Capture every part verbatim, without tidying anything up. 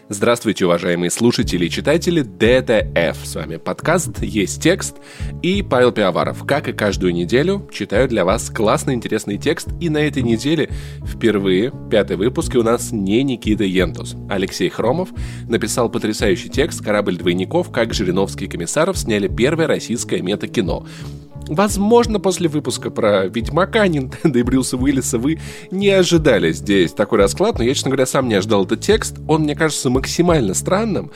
Здравствуйте, уважаемые слушатели и читатели ди ти эф. С вами подкаст «Есть текст» и Павел Пивоваров. Как и каждую неделю, читаю для вас классный, интересный текст. И на этой неделе впервые, пятый выпуск, и у нас не Никита Ентус. Алексей Хромов написал потрясающий текст «Корабль двойников. Как Жириновский и Комиссаров сняли первое российское метакино». Возможно, после выпуска про Ведьмака, Нинтендо и Брюса Уиллиса вы не ожидали здесь такой расклад, но я, честно говоря, сам не ожидал этот текст. Он, мне кажется, максимально странным.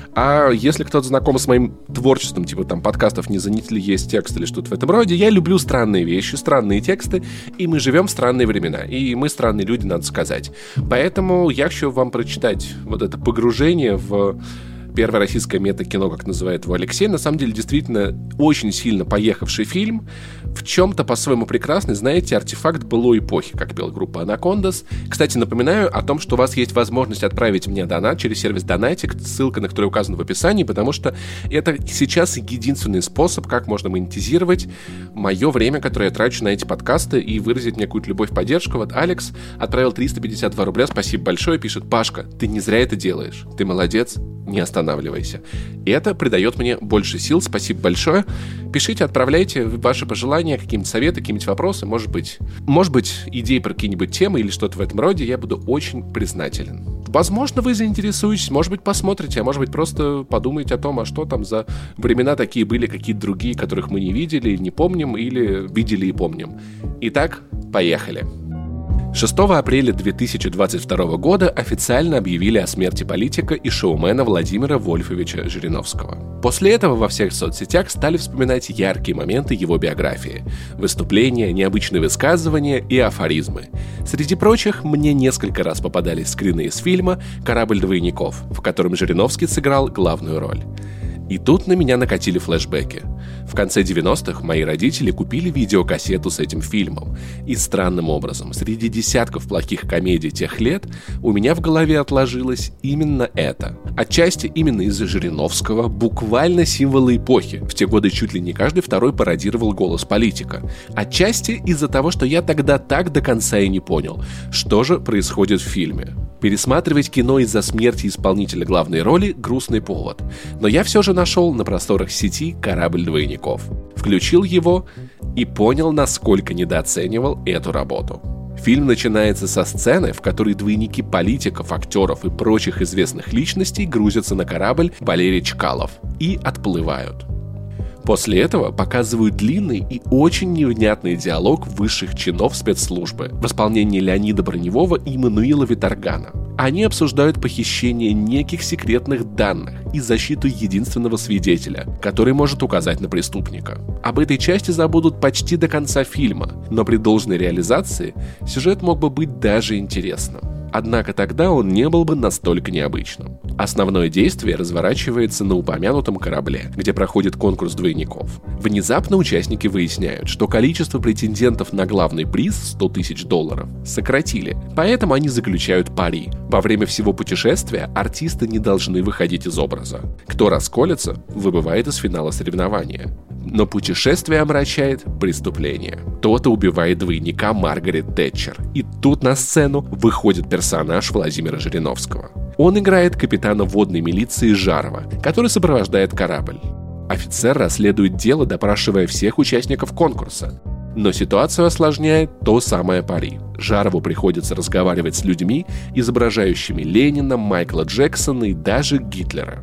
А если кто-то знаком с моим творчеством, типа там подкастов «Не занятели есть текст» или что-то в этом роде, я люблю странные вещи, странные тексты, и мы живем в странные времена. И мы странные люди, надо сказать. Поэтому я хочу вам прочитать вот это погружение в... Первое российское метакино, как называет его Алексей, на самом деле действительно очень сильно поехавший фильм, в чем-то по-своему прекрасный, знаете, артефакт былой эпохи, как пела группа Анакондас. Кстати, напоминаю о том, что у вас есть возможность отправить мне донат через сервис Донатик, ссылка на который указана в описании, потому что это сейчас единственный способ, как можно монетизировать мое время, которое я трачу на эти подкасты, и выразить мне какую-то любовь, поддержку. Вот Алекс отправил триста пятьдесят два рубля, спасибо большое, пишет: «Пашка, ты не зря это делаешь, ты молодец, не останавливайся». И это придает мне больше сил. Спасибо большое. Пишите, отправляйте ваши пожелания, какие-нибудь советы, какие-нибудь вопросы. Может быть, может быть, идеи про какие-нибудь темы или что-то в этом роде. Я буду очень признателен. Возможно, вы заинтересуетесь, может быть, посмотрите, а может быть, просто подумаете о том, а что там за времена такие были, какие-то другие, которых мы не видели, не помним, или видели и помним. Итак, поехали. шестого апреля две тысячи двадцать второго года официально объявили о смерти политика и шоумена Владимира Вольфовича Жириновского. После этого во всех соцсетях стали вспоминать яркие моменты его биографии: выступления, необычные высказывания и афоризмы. Среди прочих, мне несколько раз попадались скрины из фильма «Корабль двойников», в котором Жириновский сыграл главную роль. И тут на меня накатили флешбеки. В конце девяностых мои родители купили видеокассету с этим фильмом. И странным образом, среди десятков плохих комедий тех лет, у меня в голове отложилось именно это. Отчасти именно из-за Жириновского, буквально символа эпохи. В те годы чуть ли не каждый второй пародировал голос политика. Отчасти из-за того, что я тогда так до конца и не понял, что же происходит в фильме. Пересматривать кино из-за смерти исполнителя главной роли – грустный повод. Но я все же нашел на просторах сети «Корабль двойников». Включил его и понял, насколько недооценивал эту работу. Фильм начинается со сцены, в которой двойники политиков, актеров и прочих известных личностей грузятся на корабль Валерий Чкалов и отплывают. После этого показывают длинный и очень невнятный диалог высших чинов спецслужбы в исполнении Леонида Броневого и Мануила Виторгана. Они обсуждают похищение неких секретных данных и защиту единственного свидетеля, который может указать на преступника. Об этой части забудут почти до конца фильма, но при должной реализации сюжет мог бы быть даже интересным. Однако тогда он не был бы настолько необычным. Основное действие разворачивается на упомянутом корабле, где проходит конкурс двойников. Внезапно участники выясняют, что количество претендентов на главный приз сто тысяч долларов сократили, поэтому они заключают пари. Во время всего путешествия артисты не должны выходить из образа. Кто расколется, выбывает из финала соревнования. Но путешествие омрачает преступление. Кто-то убивает двойника Маргарет Тэтчер. И тут на сцену выходит персонаж Владимира Жириновского. Он играет капитана водной милиции Жарова, который сопровождает корабль. Офицер расследует дело, допрашивая всех участников конкурса. Но ситуацию осложняет то самое пари. Жарову приходится разговаривать с людьми, изображающими Ленина, Майкла Джексона и даже Гитлера.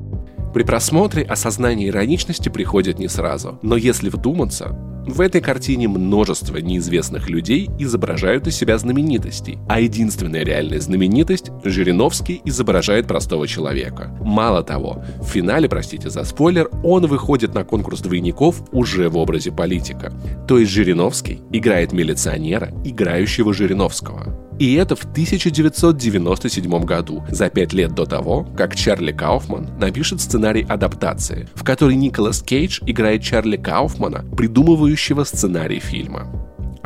При просмотре осознание ироничности приходит не сразу, но если вдуматься, в этой картине множество неизвестных людей изображают из себя знаменитостей, а единственная реальная знаменитость – Жириновский изображает простого человека. Мало того, в финале, простите за спойлер, он выходит на конкурс двойников уже в образе политика. То есть Жириновский играет милиционера, играющего Жириновского. И это в тысяча девятьсот девяносто седьмом году, за пять лет до того, как Чарли Кауфман напишет сценарий адаптации, в которой Николас Кейдж играет Чарли Кауфмана, придумывающего сценарий фильма.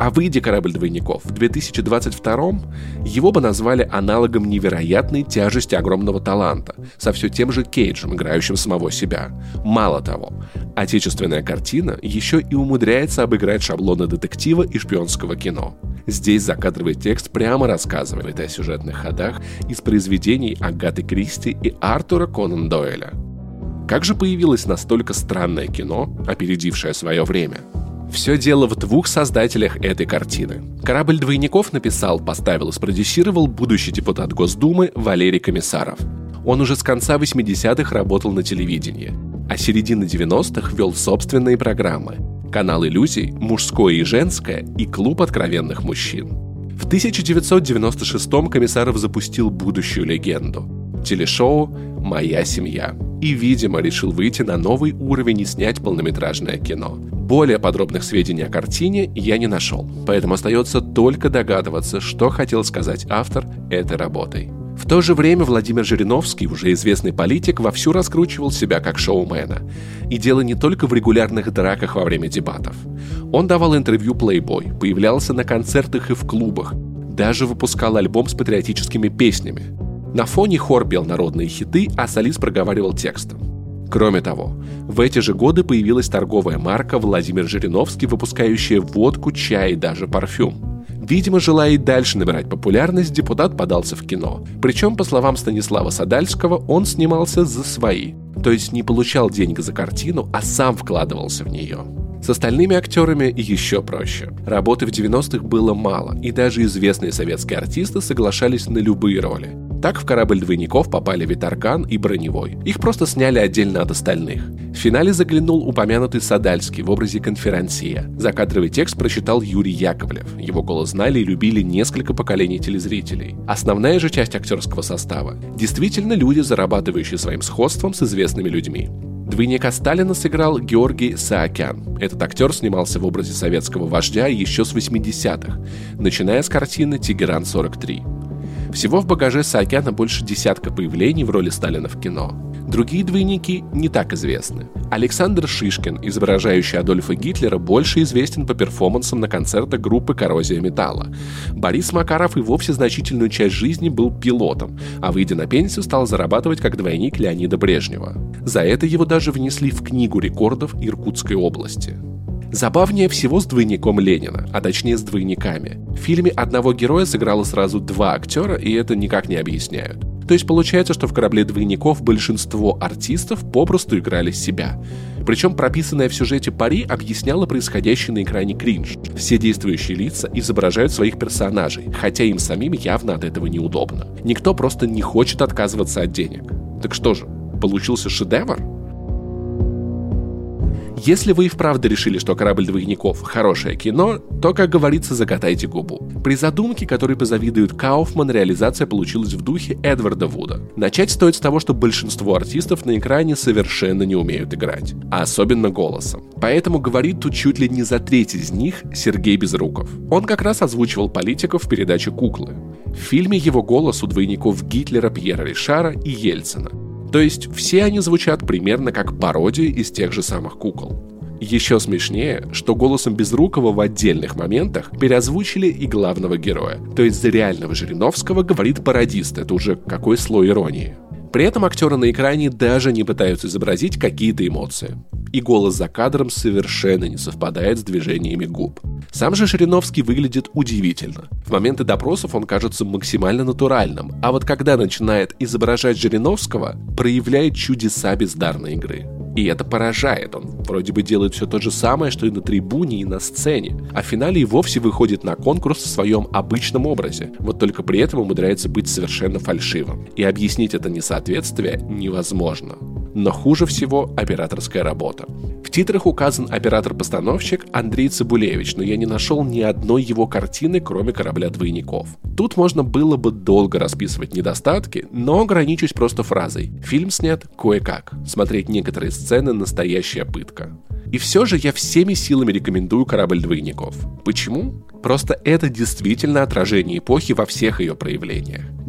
А выйдя «Корабль двойников» в две тысячи двадцать втором, его бы назвали аналогом невероятной тяжести огромного таланта, со все тем же Кейджем, играющим самого себя. Мало того, отечественная картина еще и умудряется обыграть шаблоны детектива и шпионского кино. Здесь закадровый текст прямо рассказывает о сюжетных ходах из произведений Агаты Кристи и Артура Конан Дойля. Как же появилось настолько странное кино, опередившее свое время? Все дело в двух создателях этой картины. «Корабль двойников» написал, поставил и спродюсировал будущий депутат Госдумы Валерий Комиссаров. Он уже с конца восьмидесятых работал на телевидении, а с середины девяностых вел собственные программы: канал «Иллюзий», «Мужское и женское» и «Клуб откровенных мужчин». В тысяча девятьсот девяносто шестом Комиссаров запустил будущую легенду – телешоу «Моя семья». И, видимо, решил выйти на новый уровень и снять полнометражное кино. Более подробных сведений о картине я не нашел, поэтому остается только догадываться, что хотел сказать автор этой работой. В то же время Владимир Жириновский, уже известный политик, вовсю раскручивал себя как шоумена. И дело не только в регулярных драках во время дебатов. Он давал интервью Playboy, появлялся на концертах и в клубах, даже выпускал альбом с патриотическими песнями. На фоне хор пел народные хиты, а солист проговаривал текстом. Кроме того, в эти же годы появилась торговая марка «Владимир Жириновский», выпускающая водку, чай и даже парфюм. Видимо, желая и дальше набирать популярность, депутат подался в кино. Причем, по словам Станислава Садальского, он снимался за свои, то есть не получал денег за картину, а сам вкладывался в нее. С остальными актерами еще проще. Работы в девяностых было мало, и даже известные советские артисты соглашались на любые роли. Так в «Корабль двойников» попали Виторган и Броневой. Их просто сняли отдельно от остальных. В финале заглянул упомянутый Садальский в образе конферансье. Закадровый текст прочитал Юрий Яковлев. Его голос знали и любили несколько поколений телезрителей. Основная же часть актерского состава – действительно люди, зарабатывающие своим сходством с известными людьми. Двойника Сталина сыграл Георгий Саакян. Этот актер снимался в образе советского вождя еще с восьмидесятых, начиная с картины «Тегеран сорок три». Всего в багаже Саакяна больше десятка появлений в роли Сталина в кино. Другие двойники не так известны. Александр Шишкин, изображающий Адольфа Гитлера, больше известен по перформансам на концертах группы «Коррозия металла». Борис Макаров и вовсе значительную часть жизни был пилотом, а выйдя на пенсию, стал зарабатывать как двойник Леонида Брежнева. За это его даже внесли в Книгу рекордов Иркутской области. Забавнее всего с двойником Ленина, а точнее с двойниками. В фильме одного героя сыграло сразу два актера, и это никак не объясняют. То есть получается, что в «Корабле двойников» большинство артистов попросту играли себя. Причем прописанная в сюжете пари объясняла происходящий на экране кринж. Все действующие лица изображают своих персонажей, хотя им самим явно от этого неудобно. Никто просто не хочет отказываться от денег. Так что же, получился шедевр? Если вы и вправду решили, что «Корабль двойников» — хорошее кино, то, как говорится, закатайте губу. При задумке, которой позавидует Кауфман, реализация получилась в духе Эдварда Вуда. Начать стоит с того, что большинство артистов на экране совершенно не умеют играть, а особенно голосом. Поэтому говорит тут чуть ли не за треть из них Сергей Безруков. Он как раз озвучивал политиков в передаче «Куклы». В фильме его голос у двойников Гитлера, Пьера Ришара и Ельцина. То есть все они звучат примерно как пародии из тех же самых «Кукол». Еще смешнее, что голосом Безрукова в отдельных моментах переозвучили и главного героя. То есть за реального Жириновского говорит пародист, это уже какой слой иронии. При этом актеры на экране даже не пытаются изобразить какие-то эмоции. И голос за кадром совершенно не совпадает с движениями губ. Сам же Жириновский выглядит удивительно. В моменты допросов он кажется максимально натуральным, а вот когда начинает изображать Жириновского, проявляет чудеса бездарной игры. И это поражает, он вроде бы делает все то же самое, что и на трибуне, и на сцене, а в финале и вовсе выходит на конкурс в своем обычном образе, вот только при этом умудряется быть совершенно фальшивым. И объяснить это несоответствие невозможно. Но хуже всего операторская работа. В титрах указан оператор-постановщик Андрей Цибулевич, но я не нашел ни одной его картины, кроме «Корабля двойников». Тут можно было бы долго расписывать недостатки, но ограничусь просто фразой: фильм снят кое-как. Смотреть некоторые сцены — настоящая пытка. И все же я всеми силами рекомендую «Корабль двойников». Почему? Просто это действительно отражение эпохи во всех ее проявлениях.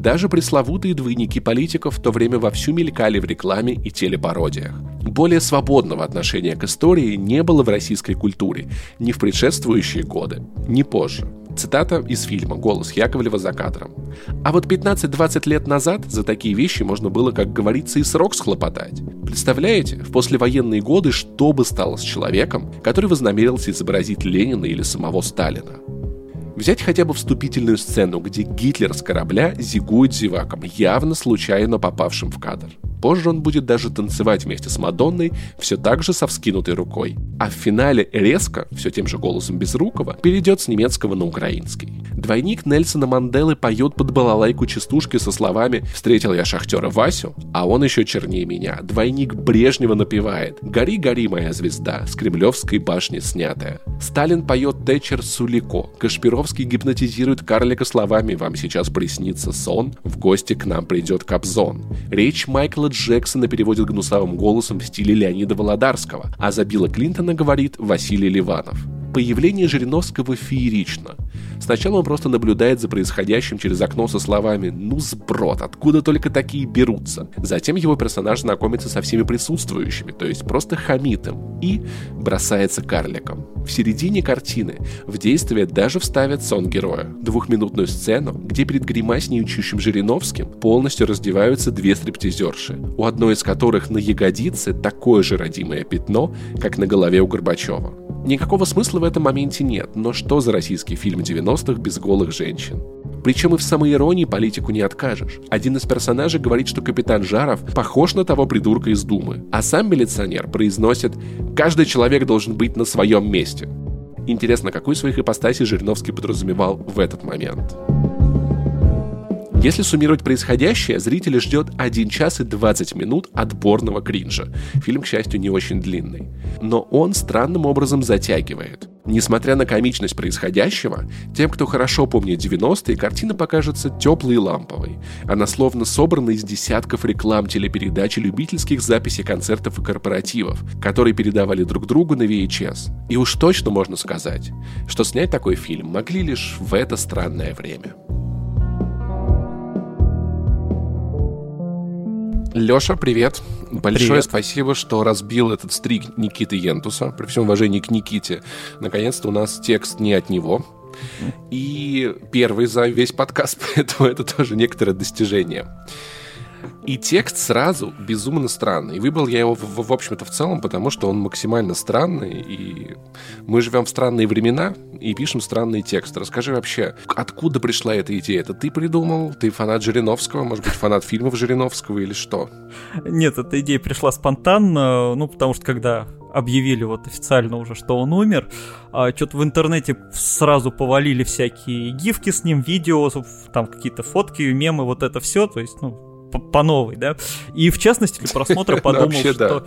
Даже пресловутые двойники политиков в то время вовсю мелькали в рекламе и телепародиях. Более свободного отношения к истории не было в российской культуре ни в предшествующие годы, ни позже. Цитата из фильма «Голос Яковлева за кадром». А вот пятнадцать-двадцать лет назад за такие вещи можно было, как говорится, и срок схлопотать. Представляете, в послевоенные годы что бы стало с человеком, который вознамерился изобразить Ленина или самого Сталина? Взять хотя бы вступительную сцену, где Гитлер с корабля зигует зеваком, явно случайно попавшим в кадр. Позже он будет даже танцевать вместе с Мадонной, все так же со вскинутой рукой. А в финале резко, все тем же голосом Безрукова, перейдет с немецкого на украинский. Двойник Нельсона Манделы поет под балалайку частушки со словами «Встретил я шахтера Васю, а он еще чернее меня». Двойник Брежнева напевает «Гори, гори, моя звезда, с Кремлевской башни снятая». Сталин поет Тэтчер Сулико. Кашпировский гипнотизирует карлика словами «Вам сейчас приснится сон, в гости к нам придет Кобзон». Речь Майкла Джексона переводит гнусавым голосом в стиле Леонида Володарского, а за Билла Клинтона говорит Василий Ливанов. Появление Жириновского феерично. Сначала он просто наблюдает за происходящим через окно со словами «Ну, сброд, откуда только такие берутся?». Затем его персонаж знакомится со всеми присутствующими, то есть просто хамит им, и бросается карликом. В середине картины в действие даже вставят сон героя. Двухминутную сцену, где перед гримасничающим Жириновским полностью раздеваются две стриптизерши, у одной из которых на ягодице такое же родимое пятно, как на голове у Горбачева. Никакого смысла в этом моменте нет, но что за российский фильм девяностых без голых женщин? Причем и в самоиронии политику не откажешь. Один из персонажей говорит, что капитан Жаров похож на того придурка из Думы, а сам милиционер произносит «Каждый человек должен быть на своем месте». Интересно, какую своих ипостасей Жириновский подразумевал в этот момент? Если суммировать происходящее, зрителя ждет один час и двадцать минут отборного кринжа. Фильм, к счастью, не очень длинный. Но он странным образом затягивает. Несмотря на комичность происходящего, тем, кто хорошо помнит девяностые, картина покажется теплой и ламповой. Она словно собрана из десятков реклам, телепередач и любительских записей концертов и корпоративов, которые передавали друг другу на ви эйч эс. И уж точно можно сказать, что снять такой фильм могли лишь в это странное время. Леша, привет. Большое привет. Спасибо, что разбил этот стрик Никиты Ентуса. При всем уважении к Никите. Наконец-то у нас текст не от него. И первый за весь подкаст, поэтому это тоже некоторое достижение. И текст сразу безумно странный. И выбрал я его, в, в общем-то, в целом, потому что он максимально странный. И мы живем в странные времена и пишем странные тексты. Расскажи вообще, откуда пришла эта идея? Это ты придумал? Ты фанат Жириновского? Может быть, фанат фильмов Жириновского или что? Нет, эта идея пришла спонтанно. Ну, потому что когда объявили вот официально уже, что он умер, а, что-то в интернете сразу повалили всякие гифки с ним, видео, там какие-то фотки, мемы, вот это все. То есть, ну, по новой, да, и в частности для просмотра подумал, что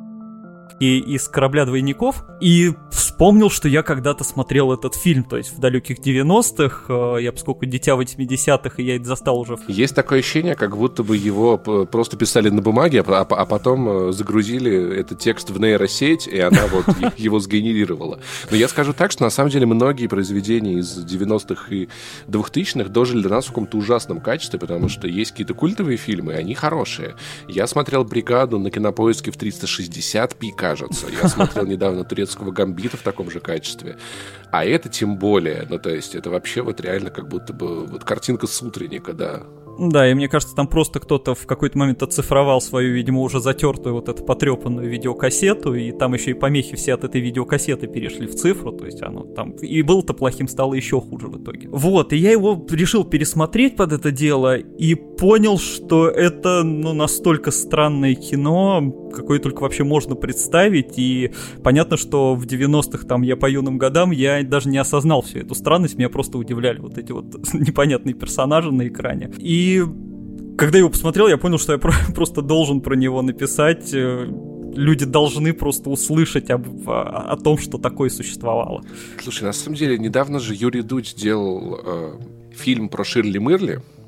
и из «Корабля двойников», и вспомнил, что я когда-то смотрел этот фильм, то есть в далеких девяностых, я поскольку дитя восьмидесятых, и я это застал уже. Есть такое ощущение, как будто бы его просто писали на бумаге, а, а потом загрузили этот текст в нейросеть, и она вот его сгенерировала. Но я скажу так, что на самом деле многие произведения из девяностых и двухтысячных дожили до нас в каком-то ужасном качестве, потому что есть какие-то культовые фильмы, и они хорошие. Я смотрел «Бригаду» на Кинопоиске в триста шестьдесят пи, кажется. Я смотрел недавно «Турецкого гамбита» в таком же качестве. А это тем более. Ну, то есть, это вообще вот реально как будто бы вот картинка с утренника, да. Да, и мне кажется, там просто кто-то в какой-то момент оцифровал свою, видимо, уже затертую вот эту потрепанную видеокассету, и там еще и помехи все от этой видеокассеты перешли в цифру, то есть оно там и было-то плохим, стало еще хуже в итоге. Вот, и я его решил пересмотреть под это дело, и понял, что это, ну, настолько странное кино, какое только вообще можно представить, и понятно, что в девяностых, там, я по юным годам, я даже не осознал всю эту странность, меня просто удивляли вот эти вот непонятные персонажи на экране. И И когда я его посмотрел, я понял, что я просто должен про него написать. Люди должны просто услышать об, о, о том, что такое существовало. Слушай, на самом деле, недавно же Юрий Дудь делал э, фильм про Ширли Мырли.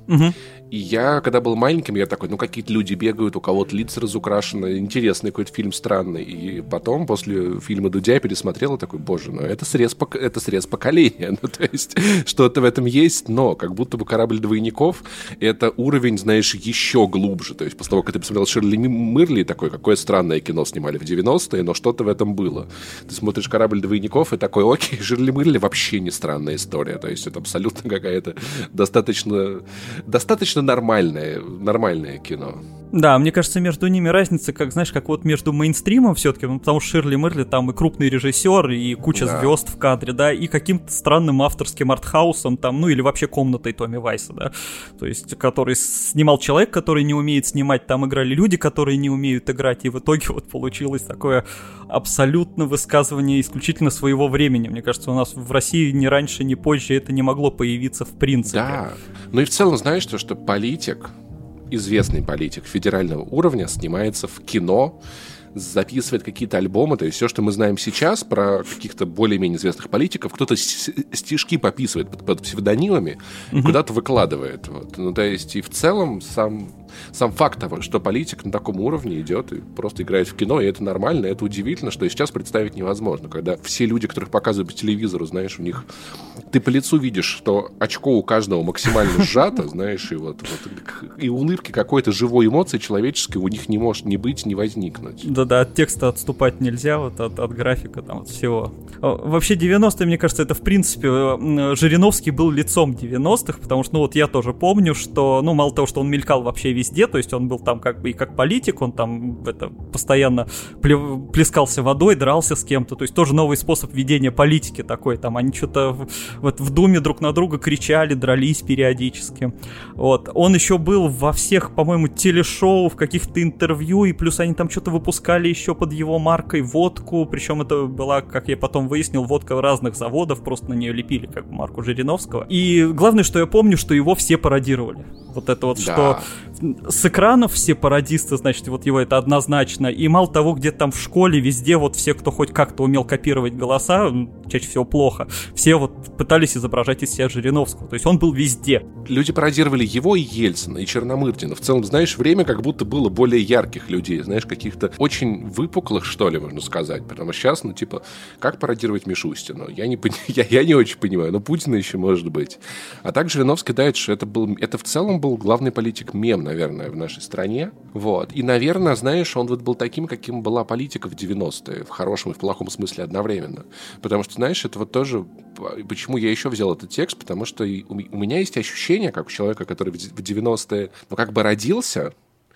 Угу. И я, когда был маленьким, я такой, ну, какие-то люди бегают, у кого-то лица разукрашены, интересный какой-то фильм, странный. И потом, после фильма Дудя, я пересмотрел и такой, боже, ну, это срез, это срез поколения. Ну, то есть, что-то в этом есть, но как будто бы «Корабль двойников» — это уровень, знаешь, еще глубже. То есть, после того, как ты посмотрел Ширли Мырли, такой, какое странное кино снимали в девяностые, но что-то в этом было. Ты смотришь «Корабль двойников» и такой, окей, Ширли Мырли вообще не странная история. То есть, это абсолютно какая-то достаточно... достаточно нормальное, нормальное кино. Да, мне кажется, между ними разница, как, знаешь, как вот между мейнстримом все-таки, ну, потому что Ширли Мырли там и крупный режиссер, и куча да. звезд в кадре, да, и каким-то странным авторским артхаусом там, ну, или вообще комнатой Томми Вайса, да, то есть, который снимал человек, который не умеет снимать, там играли люди, которые не умеют играть, и в итоге вот получилось такое абсолютно высказывание исключительно своего времени. Мне кажется, у нас в России ни раньше, ни позже это не могло появиться в принципе. Да, ну и в целом, знаешь, то, что политик, известный политик федерального уровня снимается в кино, записывает какие-то альбомы, то есть все, что мы знаем сейчас про каких-то более-менее известных политиков, кто-то стишки пописывает под, под псевдонимами, mm-hmm. куда-то выкладывает. Вот. Ну, то есть и в целом сам, сам факт того, что политик на таком уровне идет и просто играет в кино, и это нормально, это удивительно, что сейчас представить невозможно, когда все люди, которых показывают по телевизору, знаешь, у них... Ты по лицу видишь, что очко у каждого максимально сжато, знаешь, и вот, вот и улыбки какой-то живой эмоции человеческой у них не может ни быть, ни возникнуть. Да, от текста отступать нельзя, вот от, от графика там от всего. Вообще девяностые, мне кажется, это в принципе Жириновский был лицом девяностых, потому что, ну вот я тоже помню, что, ну мало того, что он мелькал вообще везде, то есть он был там как бы и как политик, он там это постоянно плескался водой, дрался с кем-то, то есть тоже новый способ ведения политики такой, там они что-то в, вот в Думе друг на друга кричали, дрались периодически. Вот. Он еще был во всех, по-моему, телешоу, в каких-то интервью, и плюс они там что-то выпускали еще под его маркой водку, причем это была, как я потом выяснил, водка разных заводов, просто на нее лепили как марку Жириновского. И главное, что я помню, что его все пародировали. Вот это вот, да. Что с экранов все пародисты, значит, вот его это однозначно. И мало того, где-то там в школе, везде вот все, кто хоть как-то умел копировать голоса, чаще всего плохо, все вот пытались изображать из себя Жириновского. То есть он был везде. Люди пародировали его и Ельцина, и Черномырдина. В целом, знаешь, время как будто было более ярких людей, знаешь, каких-то очень выпуклых, что ли, можно сказать. Потому что сейчас, ну, типа, как пародировать Мишустину? Я не, я, я не очень понимаю, но Путина еще может быть. А так Жириновский, да, это, это, был, это в целом был главный политик-мем, наверное, в нашей стране. Вот. И, наверное, знаешь, он вот был таким, каким была политика в девяностые, в хорошем и в плохом смысле одновременно. Потому что, знаешь, это вот тоже... Почему я еще взял этот текст? Потому что у меня есть ощущение, как у человека, который в девяностые, ну, как бы родился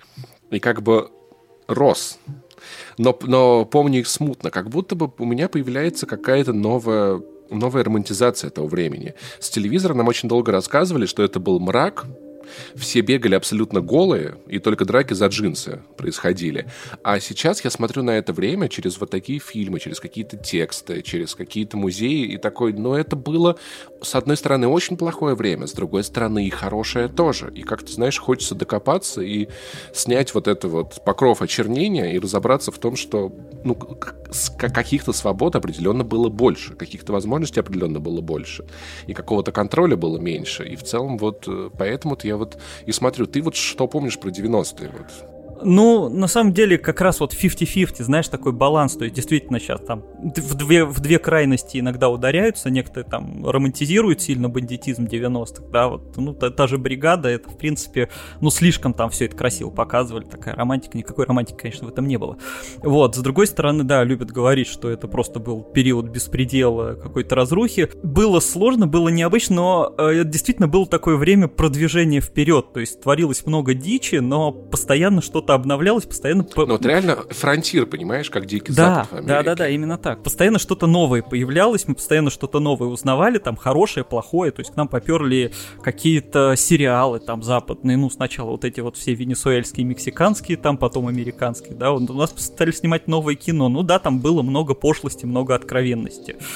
и как бы рос. Но, но помню их смутно. Как будто бы у меня появляется какая-то новая... новая романтизация этого времени. С телевизора нам очень долго рассказывали, что это был мрак, все бегали абсолютно голые, и только драки за джинсы происходили. А сейчас я смотрю на это время через вот такие фильмы, через какие-то тексты, через какие-то музеи, и такой, ну, это было, с одной стороны, очень плохое время, с другой стороны, и хорошее тоже. И как-то, знаешь, хочется докопаться и снять вот это вот покров очернения и разобраться в том, что, ну, каких-то свобод определенно было больше, каких-то возможностей определенно было больше, и какого-то контроля было меньше. И в целом вот поэтому-то я вот и смотрю, ты вот что помнишь про девяностые? Вот? Ну, на самом деле, как раз вот пятьдесят на пятьдесят, знаешь, такой баланс, то есть действительно сейчас там в две, в две крайности иногда ударяются, некоторые там романтизируют сильно бандитизм девяностых, да, вот, ну, та, та же бригада, это, в принципе, ну, слишком там все это красиво показывали, такая романтика, никакой романтики, конечно, в этом не было. Вот, с другой стороны, да, любят говорить, что это просто был период беспредела, какой-то разрухи. Было сложно, было необычно, но э, действительно было такое время продвижения вперед, то есть творилось много дичи, но постоянно что-то обновлялось, постоянно... Ну вот реально фронтир, понимаешь, как Дикий да, Запад в Америке. Да, да, да, именно так. Постоянно что-то новое появлялось, мы постоянно что-то новое узнавали, там хорошее, плохое, то есть к нам поперли какие-то сериалы там западные, ну сначала вот эти вот все венесуэльские, мексиканские, там потом американские, да, у нас стали снимать новое кино, ну да, там было много пошлости, много откровенности.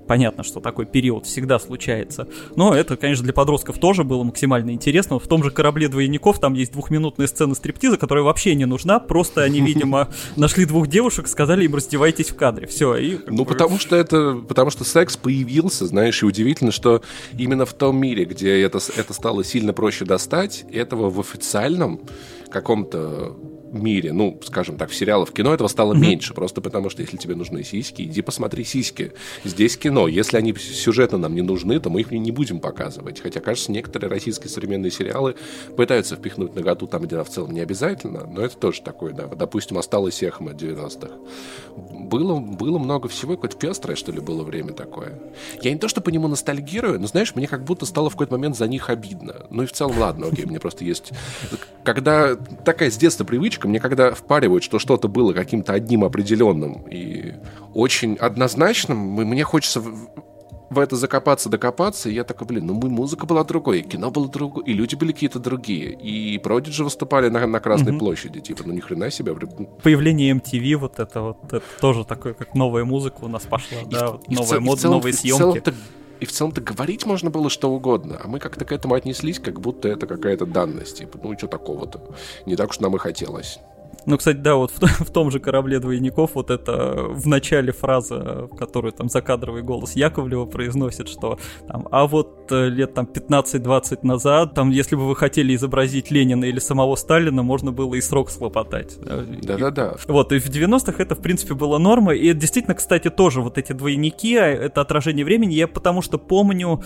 понятно, что такой период всегда случается. Но это, конечно, для подростков тоже было максимально интересно. В том же «Корабле двойников» там есть двухминутная сцена стриптиза, которая вообще не нужна. Просто они, видимо, нашли двух девушек, сказали им: раздевайтесь в кадре. Все. И, ну, потому что это, потому что секс появился, знаешь, и удивительно, что именно в том мире, где это, это стало сильно проще достать, этого в официальном каком-то мире, ну, скажем так, в сериалах, в кино этого стало mm-hmm. меньше, просто потому что если тебе нужны сиськи, иди посмотри сиськи. Здесь кино. Если они сюжетно нам не нужны, то мы их не будем показывать. Хотя, кажется, некоторые российские современные сериалы пытаются впихнуть наготу там, где она в целом не обязательно, но это тоже такое, да. Допустим, «Осталась эхо» девяностых. Было, было много всего, какое-то пестрое, что ли, было время такое. Я не то, что по нему ностальгирую, но, знаешь, мне как будто стало в какой-то момент за них обидно. Ну и в целом, ладно, окей, мне просто есть... Когда такая с детства привычка, мне когда впаривают, что что-то было каким-то одним определенным и очень однозначным, мне хочется в, в это закопаться, докопаться, и я такой, блин, ну музыка была другой, и кино было другое, и люди были какие-то другие, и Prodigy выступали на, на Красной mm-hmm. площади, типа, ну ни хрена себе. Появление эм ти ви, вот это вот, это тоже такое, как новая музыка у нас пошла, и да, в, вот новая мода, новые съемки. И в целом-то говорить можно было что угодно, а мы как-то к этому отнеслись, как будто это какая-то данность. Типа, ну и что такого-то? Не так уж нам и хотелось. Ну, кстати, да, вот в, в том же «Корабле двойников» вот это в начале фраза, которую там закадровый голос Яковлева произносит, что там, а вот лет там пятнадцать-двадцать назад, там, если бы вы хотели изобразить Ленина или самого Сталина, можно было и срок схлопотать. Да-да-да. Вот, и в девяностых это, в принципе, была норма, и это действительно, кстати, тоже вот эти двойники, это отражение времени, я потому что помню,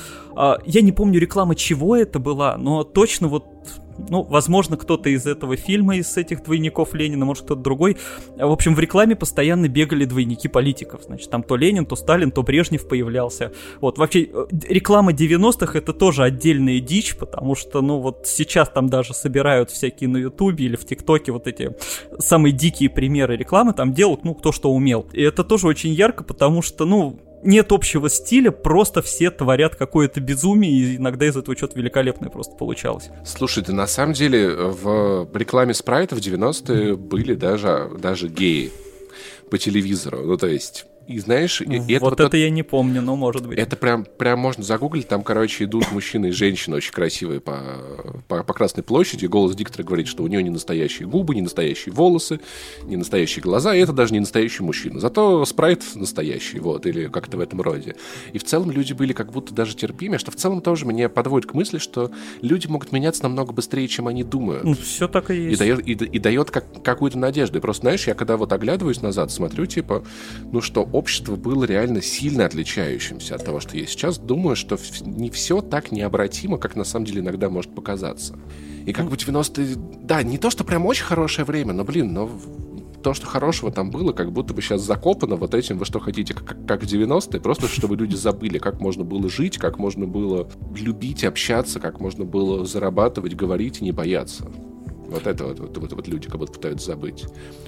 я не помню рекламы, чего это была, но точно вот... Ну, возможно, кто-то из этого фильма, из этих двойников Ленина, может, кто-то другой. В общем, в рекламе постоянно бегали двойники политиков. Значит, там то Ленин, то Сталин, то Брежнев появлялся. Вот, вообще, реклама девяностых — это тоже отдельная дичь, потому что, ну, вот сейчас там даже собирают всякие на Ютубе или в ТикТоке вот эти самые дикие примеры рекламы, там делают, ну, кто что умел. И это тоже очень ярко, потому что, ну, нет общего стиля, просто все творят какое-то безумие, и иногда из этого что-то великолепное просто получалось. Слушай, да на самом деле в рекламе Спрайта в девяностые были даже, даже геи по телевизору, ну то есть... И знаешь, вот это, вот это я не помню, но может быть. Это прям, прям можно загуглить, там, короче, идут мужчины и женщины очень красивые по, по, по Красной площади, голос диктора говорит, что у нее не настоящие губы, не настоящие волосы, не настоящие глаза, и это даже не настоящий мужчина. Зато Спрайт настоящий, вот, или как-то в этом роде. И в целом люди были как будто даже терпимее, что в целом тоже меня подводит к мысли, что люди могут меняться намного быстрее, чем они думают. Ну, все так и есть. И дает, и, и дает как, какую-то надежду. И просто, знаешь, я когда вот оглядываюсь назад, смотрю, типа, ну что, общество было реально сильно отличающимся от того, что есть сейчас. Думаю, что не все так необратимо, как на самом деле иногда может показаться. И как бы девяностые... Да, не то, что прям очень хорошее время, но, блин, но то, что хорошего там было, как будто бы сейчас закопано вот этим, вы что хотите, как, как в девяностые, просто чтобы люди забыли, как можно было жить, как можно было любить, общаться, как можно было зарабатывать, говорить и не бояться. Вот это вот, вот, вот, вот люди как будто пытаются забыть.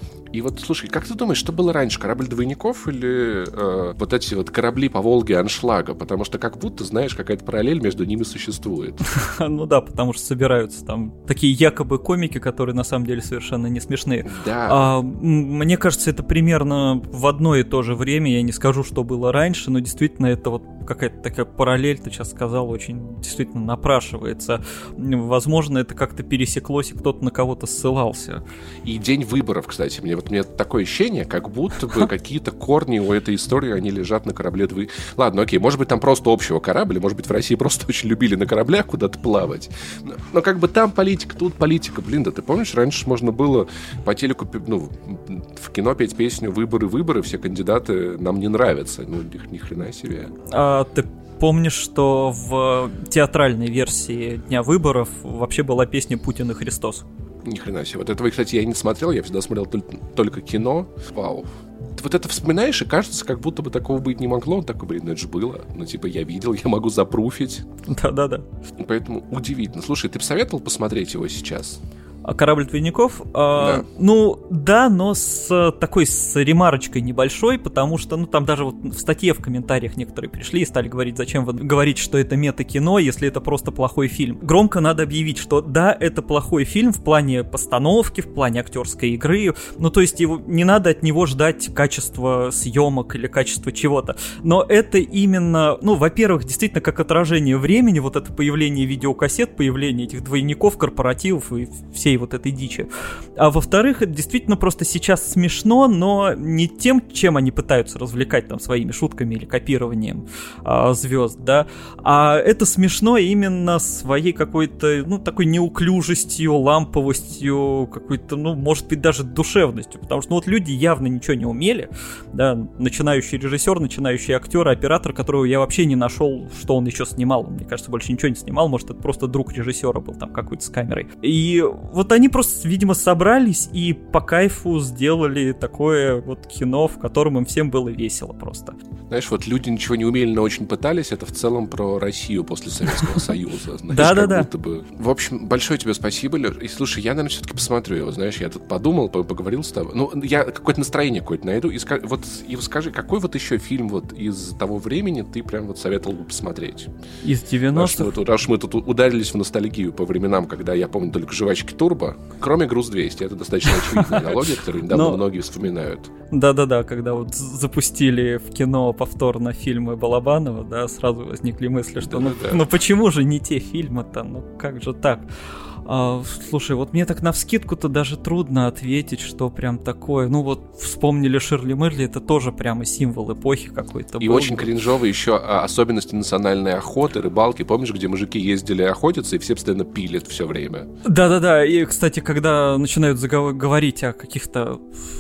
И вот, слушай, как ты думаешь, что было раньше, корабль двойников или э, вот эти вот корабли по Волге Аншлага? Потому что как будто, знаешь, какая-то параллель между ними существует. Ну да, потому что собираются там такие якобы комики, которые на самом деле совершенно не смешные. Да. Мне кажется, это примерно в одно и то же время, я не скажу, что было раньше, но действительно это вот какая-то такая параллель, ты сейчас сказал, очень действительно напрашивается. Возможно, это как-то пересеклось, и кто-то на кого-то ссылался. И день выборов, кстати, мне вот у меня такое ощущение, как будто бы какие-то корни у этой истории, они лежат на корабле двы... Ладно, окей, может быть, там просто общего корабля, может быть, в России просто очень любили на кораблях куда-то плавать. Но, но как бы там политика, тут политика. Блин, да ты помнишь, раньше можно было по телеку, ну, в кино петь песню «Выборы, выборы», все кандидаты нам не нравятся. Ну, ни хрена себе. А ты помнишь, что в театральной версии Дня выборов вообще была песня «Путин и Христос»? Ни хрена себе. Вот этого, кстати, я не смотрел, я всегда смотрел только, только кино. Вау. Ты вот это вспоминаешь, и кажется, как будто бы такого быть не могло. Он такой, блин, ну это же было. Ну, типа, я видел, я могу запруфить. Да-да-да. Поэтому удивительно. Слушай, ты бы советовал посмотреть его сейчас? «Корабль двойников»? Да. А, ну, да, но с такой, с ремарочкой небольшой, потому что, ну, там даже вот в статье в комментариях некоторые пришли и стали говорить, зачем вы говорите, что это мета-кино, если это просто плохой фильм. Громко надо объявить, что да, это плохой фильм в плане постановки, в плане актерской игры, ну, то есть его, не надо от него ждать качества съемок или качества чего-то, но это именно, ну, во-первых, действительно как отражение времени, вот это появление видеокассет, появление этих двойников, корпоративов и всей вот этой дичи. А во-вторых, это действительно просто сейчас смешно, но не тем, чем они пытаются развлекать там своими шутками или копированием а, звезд, да, а это смешно именно своей какой-то, ну, такой неуклюжестью, ламповостью, какой-то, ну, может быть, даже душевностью, потому что, ну, вот люди явно ничего не умели, да, начинающий режиссер, начинающий актер, оператор, которого я вообще не нашел, что он еще снимал, мне кажется, больше ничего не снимал, может, это просто друг режиссера был там какой-то с камерой. И вот они просто, видимо, собрались и по кайфу сделали такое вот кино, в котором им всем было весело просто. Знаешь, вот люди ничего не умели, но очень пытались. Это в целом про Россию после Советского Союза. Да-да-да. В общем, большое тебе спасибо, Лёш. И слушай, я, наверное, все-таки посмотрю его. Знаешь, я тут подумал, поговорил с тобой. Ну, я какое-то настроение какое-то найду. И вот и скажи, какой вот еще фильм вот из того времени ты прям вот советовал бы посмотреть? Из девяностых? Раз мы тут ударились в ностальгию по временам, когда я помню только «Жвачки Турбо», кроме «Груз двести». Это достаточно очевидная аналогия, которую недавно Но... многие вспоминают. Да-да-да, когда вот запустили в кино повторно фильмы Балабанова, да, сразу возникли мысли, что ну, ну почему же не те фильмы-то, ну как же так? А, слушай, вот мне так навскидку-то даже трудно ответить, что прям такое. Ну вот вспомнили Ширли Мырли, это тоже прямо символ эпохи какой-то И был. очень кринжовый еще особенности национальной охоты, рыбалки. Помнишь, где мужики ездили охотиться, и все постоянно пилят все время? Да-да-да, и, кстати, когда начинают заговор- говорить о каких-то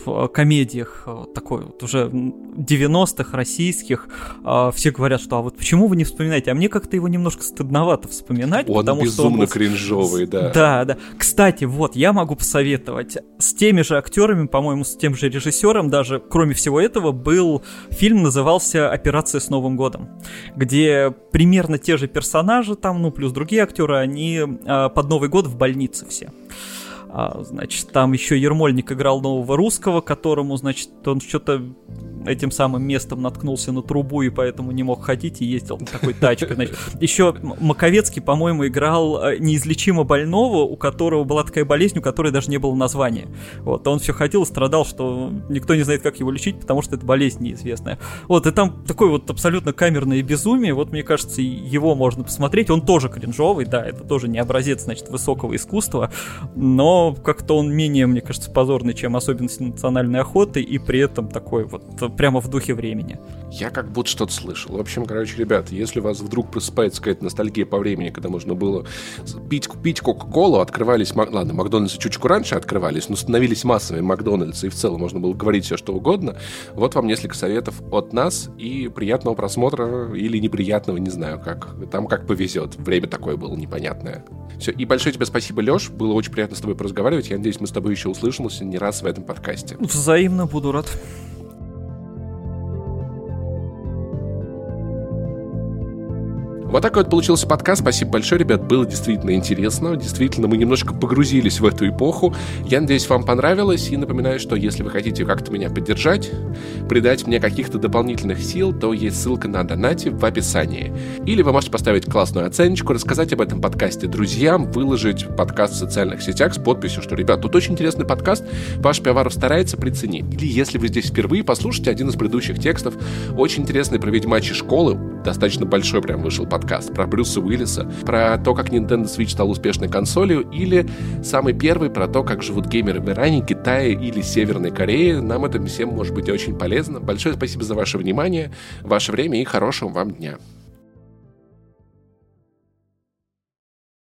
комедиях такой вот уже девяностых российских, все говорят, что а вот почему вы не вспоминаете? А мне как-то его немножко стыдновато вспоминать. Он потому безумно что он кринжовый, да. Да, да. Кстати, вот, я могу посоветовать. С теми же актерами, по-моему, с тем же режиссером, даже кроме всего этого, был фильм, назывался «Операция с Новым годом», где примерно те же персонажи там, ну, плюс другие актеры, они а, под Новый год в больнице все. А, значит, там еще Ермольник играл нового русского, которому, значит, он что-то этим самым местом наткнулся на трубу и поэтому не мог ходить и ездил такой тачкой. Значит, еще Маковецкий, по-моему, играл неизлечимо больного, у которого была такая болезнь, у которой даже не было названия. Вот, он все ходил и страдал, что никто не знает, как его лечить, потому что это болезнь неизвестная. Вот, и там такое вот абсолютно камерное безумие. Вот, мне кажется, его можно посмотреть. Он тоже кринжовый, да, это тоже не образец, значит, высокого искусства, но как-то он менее, мне кажется, позорный, чем особенности национальной охоты, и при этом такой вот прямо в духе времени. Я как будто что-то слышал. В общем, короче, ребята, если у вас вдруг просыпается какая-то ностальгия по времени, когда можно было пить, пить Кока-Колу, открывались... Ладно, Макдональдсы чуть-чуть раньше открывались, но становились массовыми Макдональдсы, и в целом можно было говорить все, что угодно. Вот вам несколько советов от нас, и приятного просмотра, или неприятного, не знаю как. Там как повезет. Время такое было непонятное. Все, и большое тебе спасибо, Лёш. Было очень приятно с тобой поразговаривать. Я надеюсь, мы с тобой еще услышимся не раз в этом подкасте. Взаимно, буду рад. Вот такой вот получился подкаст. Спасибо большое, ребят. Было действительно интересно. Действительно, мы немножко погрузились в эту эпоху. Я надеюсь, вам понравилось. И напоминаю, что если вы хотите как-то меня поддержать, придать мне каких-то дополнительных сил, то есть ссылка на донате в описании. Или вы можете поставить классную оценочку, рассказать об этом подкасте друзьям, выложить подкаст в социальных сетях с подписью, что, ребят, тут очень интересный подкаст, Паша Пивоваров старается, прицени. Или если вы здесь впервые, послушайте один из предыдущих текстов. Очень интересный про ведьмачьи школы. Достаточно большой прям вышел подкаст. Подкаст про Брюса Уиллиса, про то, как Nintendo Switch стал успешной консолью, или самый первый про то, как живут геймеры в Иране, Китае или Северной Корее. Нам это всем может быть очень полезно. Большое спасибо за ваше внимание, ваше время и хорошего вам дня.